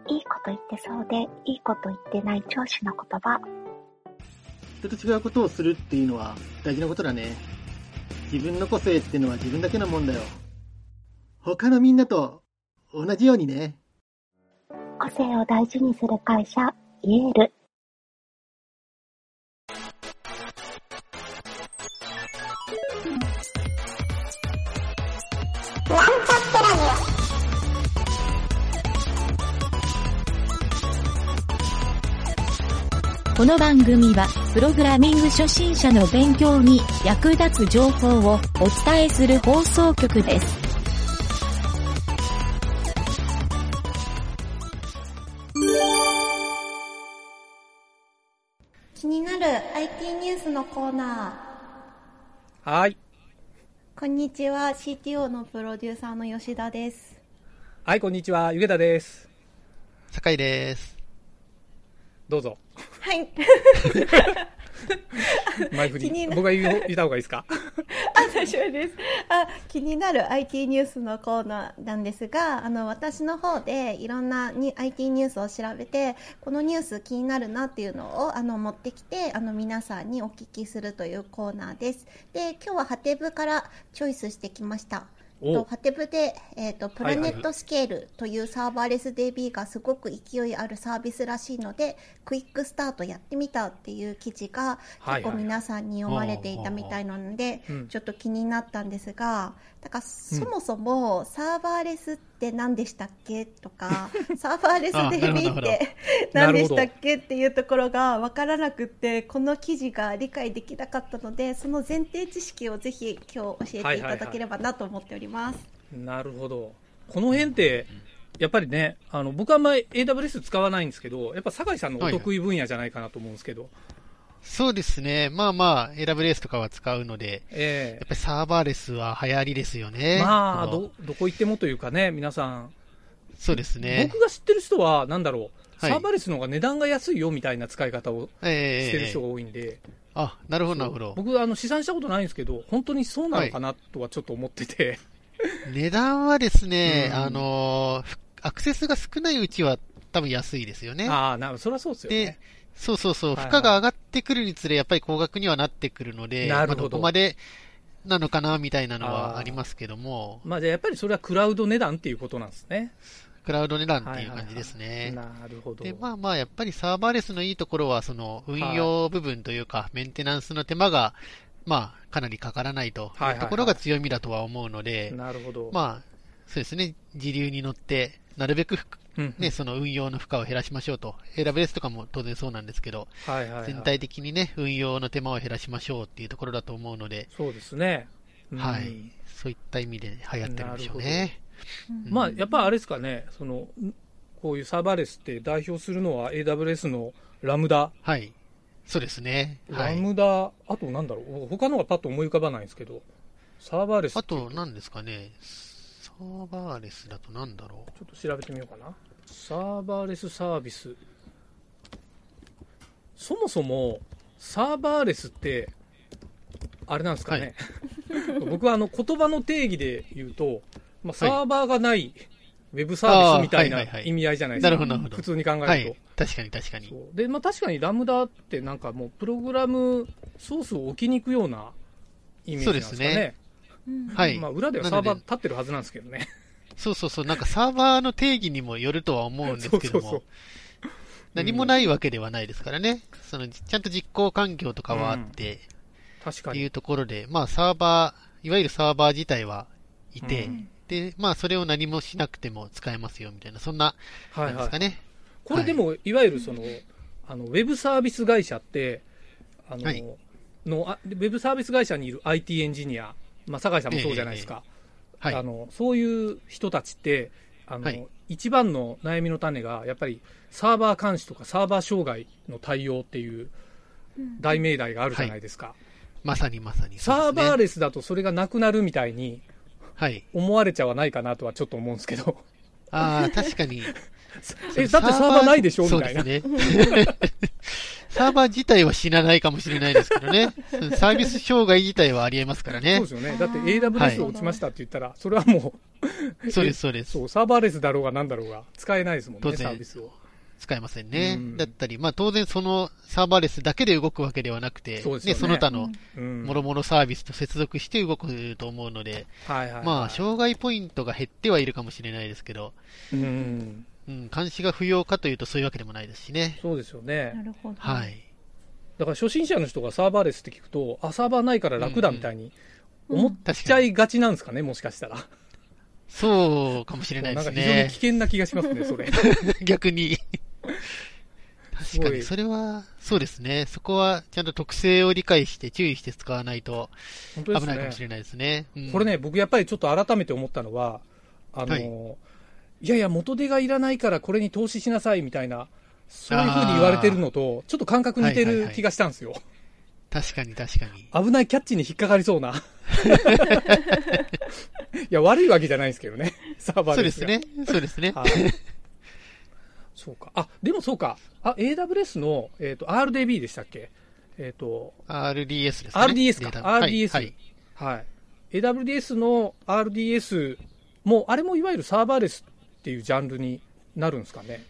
いいこと言ってそうで、いいこと言ってない上司の言葉。 人と違うことをするっていうのは大事なことだね。自分の個性ってのは自分だけのもんだよ。他のみんなと同じようにね。 個性を大事にする会社、イエール。 この番組は、プログラミング初心者の勉強に役立つ情報をお伝えする放送局です。 気になる IT ニュースのコーナー。はい。 こんにちは、CTO のプロデューサーの吉田です。 はい、こんにちは、ゆげたです。 酒井です。 どうぞ。 はい。 前振り。僕が言った方がいいですか？ 大丈夫です。気になる IT ニュースのコーナーなんですが、私の方でいろんなIT ニュースを調べて、このニュース気になるなっていうのを持ってきて、皆さんにお聞きするというコーナーです。で、今日はハテブからチョイスしてきました。ハテブで、プラネットスケールというサーバーレス DB がすごく勢いあるサービスらしいので、クイックスタートやってみたっていう記事が結構皆さんに読まれていたみたいなので、ちょっと気になったんですが、だからそもそもサーバーレスって何でしたっけとか、サーバーレス DB って何でしたっけっていうところが分からなくって、この記事が理解できなかったので、その前提知識をぜひ今日教えていただければなと思っております。 なるほど。この辺ってやっぱりね、僕はあんまり AWS 使わないんですけど、やっぱ酒井さんのお得意分野じゃないかなと思うんですけど。 そうですね。まあまあ AWS とかは使うので、やっぱりサーバーレスは流行りですよね。 まあどこ行ってもというかね、皆さん。 そうですね。 僕が知ってる人はなんだろう、サーバーレスの方が値段が安いよみたいな使い方をしてる人が多いんで。 あ、なるほどなるほど。 僕試算したことないんですけど、本当にそうなのかなとはちょっと思ってて。 値段はですね、アクセスが少ないうちは多分安いですよね。 そりゃそうですよね。 で、そうそうそう、負荷が上がってくるにつれ、やっぱり高額にはなってくるので、どこまでなのかなみたいなのはありますけども。 じゃあやっぱりそれはクラウド値段っていうことなんですね。 クラウド値段っていう感じですね。 なるほど。 で、まあやっぱりサーバーレスのいいところは、その運用部分というか、メンテナンスの手間が、かなりかからないというところが強みだとは思うので、 なるほど。 そうですね、時流に乗って、なるべくね、その運用の負荷を減らしましょうと。AWS とかも当然そうなんですけど、全体的にね、運用の手間を減らしましょうっていうところだと思うので、 そうですね。 はい。そういった意味で流行ってるんでしょうね。 やっぱあれですかね、こういうサーバーレスって代表するのは AWS のラムダ。 はい。そうですね。 ラムダ、あとなんだろう、他のがパッと思い浮かばないんですけど、サーバーレス。 あと何ですかね、サーバーレスだとなんだろう。 ちょっと調べてみようかな。サーバーレスサービス。そもそも、サーバーレスって、あれなんですかね。僕は言葉の定義で言うと、サーバーがないウェブサービスみたいな意味合いじゃないですか。なるほど。普通に考えると。 確かに確かに。 で、確かにラムダってなんかもうプログラムソースを置きに行くようなイメージなんですかね。そうですね。はい。裏ではサーバー立ってるはずなんですけどね。 そうそうそう。なんかサーバーの定義にもよるとは思うんですけども。何もないわけではないですからね。ちゃんと実行環境とかはあって、 確かに。 っていうところで、サーバー、いわゆるサーバー自体はいて、で、それを何もしなくても使えますよみたいな、そんな、なんですかね。 これでも、いわゆるウェブサービス会社って、ウェブサービス会社にいる IT エンジニア、酒井さんもそうじゃないですか。そういう人たちって、一番の悩みの種が、やっぱりサーバー監視とかサーバー障害の対応っていう大命題があるじゃないですか。 まさに。 サーバーレスだとそれがなくなるみたいに思われちゃわないかなとはちょっと思うんですけど。 確かに。 だってサーバーないでしょみたいな。 そうですね。サーバー自体は死なないかもしれないですけどね。サービス障害自体はありえますからね。 そうですよね。だって AWS 落ちましたって言ったら、それはもう。そうです、そうです。 そう、サーバーレスだろうがなんだろうが、使えないですもんね、サービスを。 使えませんね。だったり、まあ当然そのサーバーレスだけで動くわけではなくて、ね、その他のもろもろサービスと接続して動くと思うので、まあ障害ポイントが減ってはいるかもしれないですけど、監視が不要かというとそういうわけでもないですしね。 そうですよね。 なるほど。 はい。 だから初心者の人がサーバーレスって聞くと、サーバーないから楽だみたいに思っちゃいがちなんですかね、もしかしたら。 そうかもしれないですね。 なんか非常に危険な気がしますね、それ。 逆に。確かに、それは、そうですね。そこは、ちゃんと特性を理解して注意して使わないと、危ないかもしれないですね。 これね、僕やっぱりちょっと改めて思ったのは、いやいや、元手がいらないからこれに投資しなさいみたいな、そういうふうに言われてるのと、ちょっと感覚似てる気がしたんですよ。 確かに確かに。 危ないキャッチに引っかかりそうな。いや、悪いわけじゃないですけどね、サーバーですが。 そうですね。そうですね。 そうか。でもそうか。AWS の、RDB でしたっけ RDS ですね。 RDS か。RDS。はい。AWS の RDS も、あれもいわゆるサーバーレスっていうジャンルになるんですかね。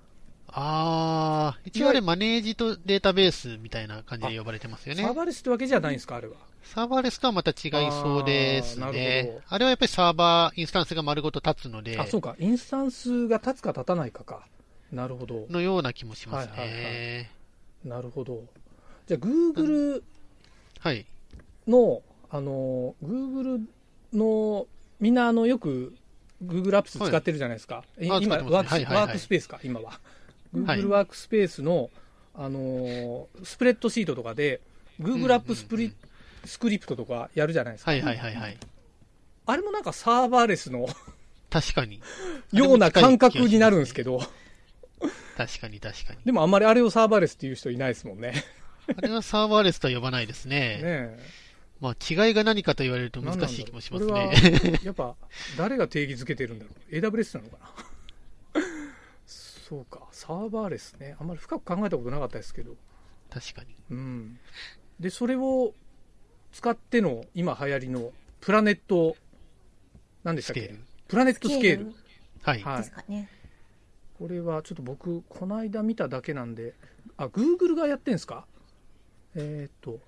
一応あれマネージとデータベースみたいな感じで呼ばれてますよね。 サーバーレスってわけじゃないんですか、あれは。 サーバーレスとはまた違いそうですね。あれはやっぱりサーバー、インスタンスが丸ごと立つので。 そうか。インスタンスが立つか立たないか。なるほど。 のような気もしますね。 なるほど。じゃあ、Google の、 Google の、みんなよく Google アップス使ってるじゃないですか。今、ワークスペースか、今は。Google ワークスペースの、スプレッドシートとかで、Google アップスクリプトとかやるじゃないですか。あれもなんかサーバーレスの確かに。 ような感覚になるんですけど。 確かに。 でもあんまりあれをサーバーレスっていう人いないですもんね。 あれはサーバーレスとは呼ばないですね。まあ違いが何かと言われると難しい気もしますね。 これはやっぱ誰が定義づけてるんだろう。AWS なのかな。そうか、サーバーレスね。あんまり深く考えたことなかったですけど。 確かに。 で、それを使っての今流行りのプラネット、何でしたっけ？プラネットスケール。 ですかね。 これはちょっと僕、この間見ただけなんで、Google がやってんすか？違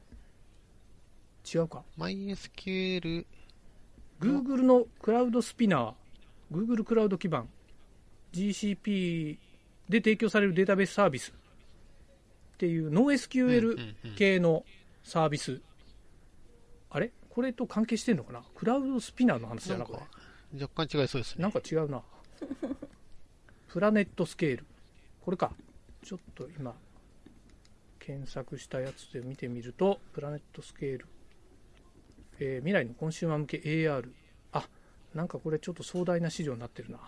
うか。 MySQL。 Google のクラウドスピナー、Google クラウド基盤、GCP で提供されるデータベースサービスっていう NoSQL 系のサービス。あれ？これと関係してんのかな？クラウドスピナーの話じゃなくて。 若干違いそうですね。 なんか違うな。プラネットスケール。これか。ちょっと今、検索したやつで見てみると、プラネットスケール。未来のコンシューマー向け AR。なんかこれちょっと壮大な資料になってるな。 も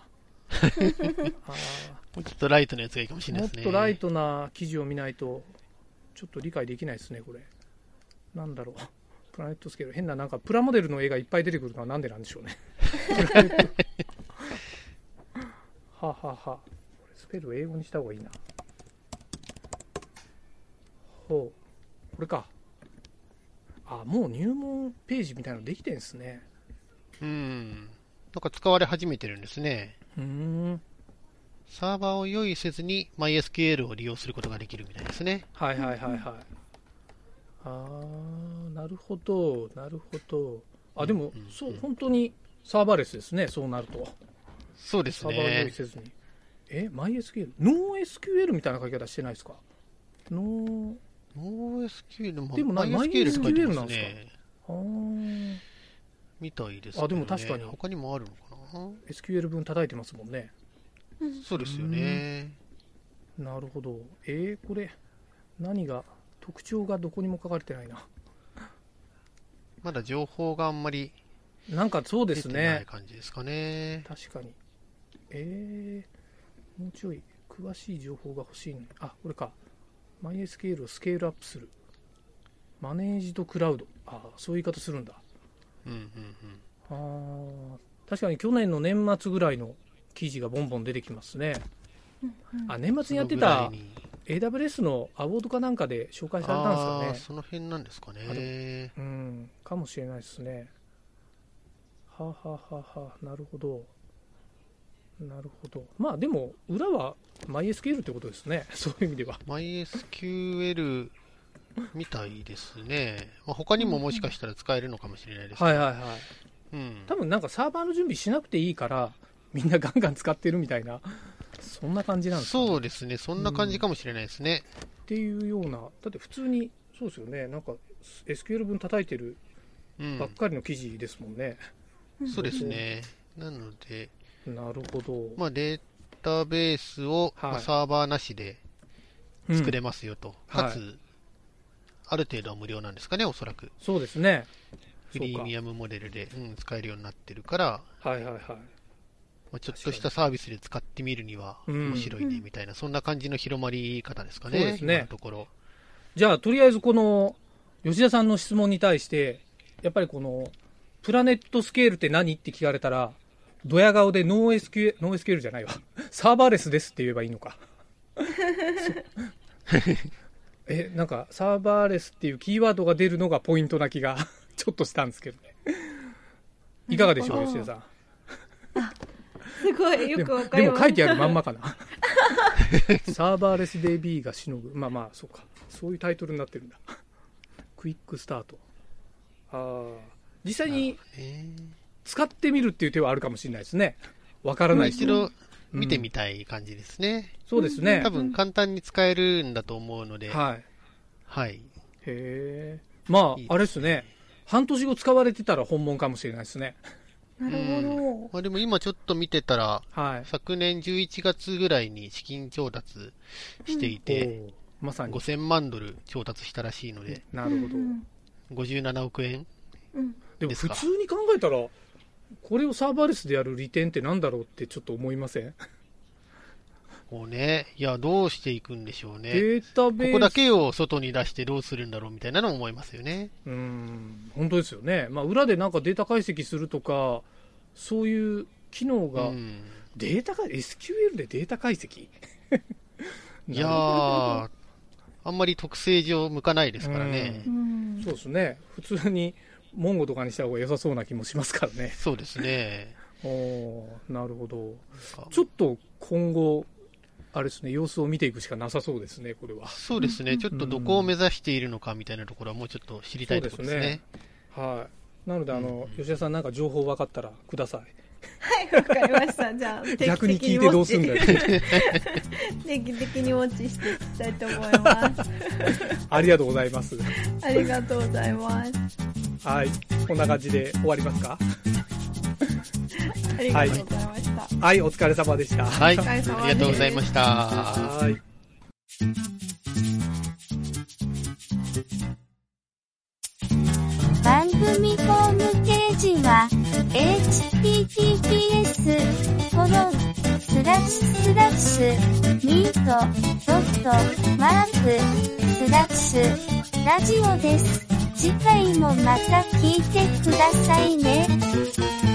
うちょっとライトなやつがいいかもしれないですね。 もっとライトな記事を見ないと、ちょっと理解できないですね、これ。なんだろう。プラネットスケール。変ななんかプラモデルの絵がいっぱい出てくるのはなんでなんでしょうね。これスペルを英語にした方がいいな。これか。もう入門ページみたいなのできてんですね。 なんか使われ始めてるんですね。サーバーを用意せずに MySQL を利用することができるみたいですね。 なるほど。でも、本当にサーバーレスですね、そうなると。 そうですね。 サーバーを用意せずに。MySQL？ NoSQL みたいな書き方してないですか？ NoSQL もでも MySQL って書いてますね。 みたいですけどね。 でも確かに。 他にもあるのかな？ SQL 分叩いてますもんね。 そうですよね。 なるほど。これ、何が、特徴がどこにも書かれてないな。 まだ情報があんまりなんかそうですね。 出てない感じですかね。 確かに。もうちょい詳しい情報が欲しいね。これか。MySQL をスケールアップする。マネージドクラウド。そういう言い方するんだ。確かに去年の年末ぐらいの記事がボンボン出てきますね。 年末にやってた AWS のアワードかなんかで紹介されたんですかね。 その辺なんですかね。 かもしれないですね。はははは、なるほど。なるほど。まあでも、裏は MySQL ってことですね。そういう意味では。 MySQL みたいですね。他にももしかしたら使えるのかもしれないですけど。はいはいはい。多分なんかサーバーの準備しなくていいから、みんなガンガン使ってるみたいな、そんな感じなんですかね。 そうですね。そんな感じかもしれないですね。 っていうような、だって普通に、そうですよね。なんか SQL 文叩いてるばっかりの記事ですもんね。 そうですね。なので、 なるほど。 データベースを、サーバーなしで作れますよと。かつ、ある程度は無料なんですかね、おそらく。 そうですね。 プレミアムモデルで、使えるようになってるから、 はいはいはい。 ちょっとしたサービスで使ってみるには面白いね、みたいな、そんな感じの広まり方ですかね。そうですね。今のところ。 じゃあ、とりあえずこの、吉田さんの質問に対して、やっぱりこの、プラネットスケールって何って聞かれたら、ドヤ顔でノー SQL じゃないわ。サーバーレスですって言えばいいのか。なんか、サーバーレスっていうキーワードが出るのがポイントな気がちょっとしたんですけどね。いかがでしょう、吉田さん。 すごい、よくわかります。 でも書いてあるまんまかな。サーバーレス DB がしのぐ。まあ、そうか。そういうタイトルになってるんだ。クイックスタート。実際に使ってみるっていう手はあるかもしれないですね。わからない一度見てみたい感じですね。 そうですね。 多分簡単に使えるんだと思うので。 はい。 はい。 へえ。まあ、あれですね。半年後使われてたら本物かもしれないですね。 なるほど。 でも今ちょっと見てたら、昨年11月ぐらいに資金調達していて、 まさに 5000万ドル調達したらしいので。 なるほど。 57億円。 でも普通に考えたら、これをサーバーレスでやる利点ってなんだろうってちょっと思いません？ もうね、いや、どうしていくんでしょうね。 データベース。 ここだけを外に出してどうするんだろうみたいなのを思いますよね。 本当ですよね。まあ、裏でなんかデータ解析するとか、そういう機能が、SQL でデータ解析いやー、あんまり特性上向かないですからね。 そうですね。普通に、モンゴとかにした方が良さそうな気もしますからね。 そうですね。 なるほど。ちょっと今後、あれですね、様子を見ていくしかなさそうですね、これは。 そうですね。ちょっとどこを目指しているのかみたいなところはもうちょっと知りたいところですね。 はい。なので、吉田さんなんか情報分かったらください。 はい、わかりました。じゃあ、 逆に聞いてどうすんだよ。 定期的にウォッチしていきたいと思います。 ありがとうございます。 ありがとうございます。 はい。こんな感じで終わりますか？ ありがとうございました。 はい、お疲れ様でした。 はい、ありがとうございました。はい。 番組ホームページは https://mint.work/ラジオです。次回もまた聞いてくださいね。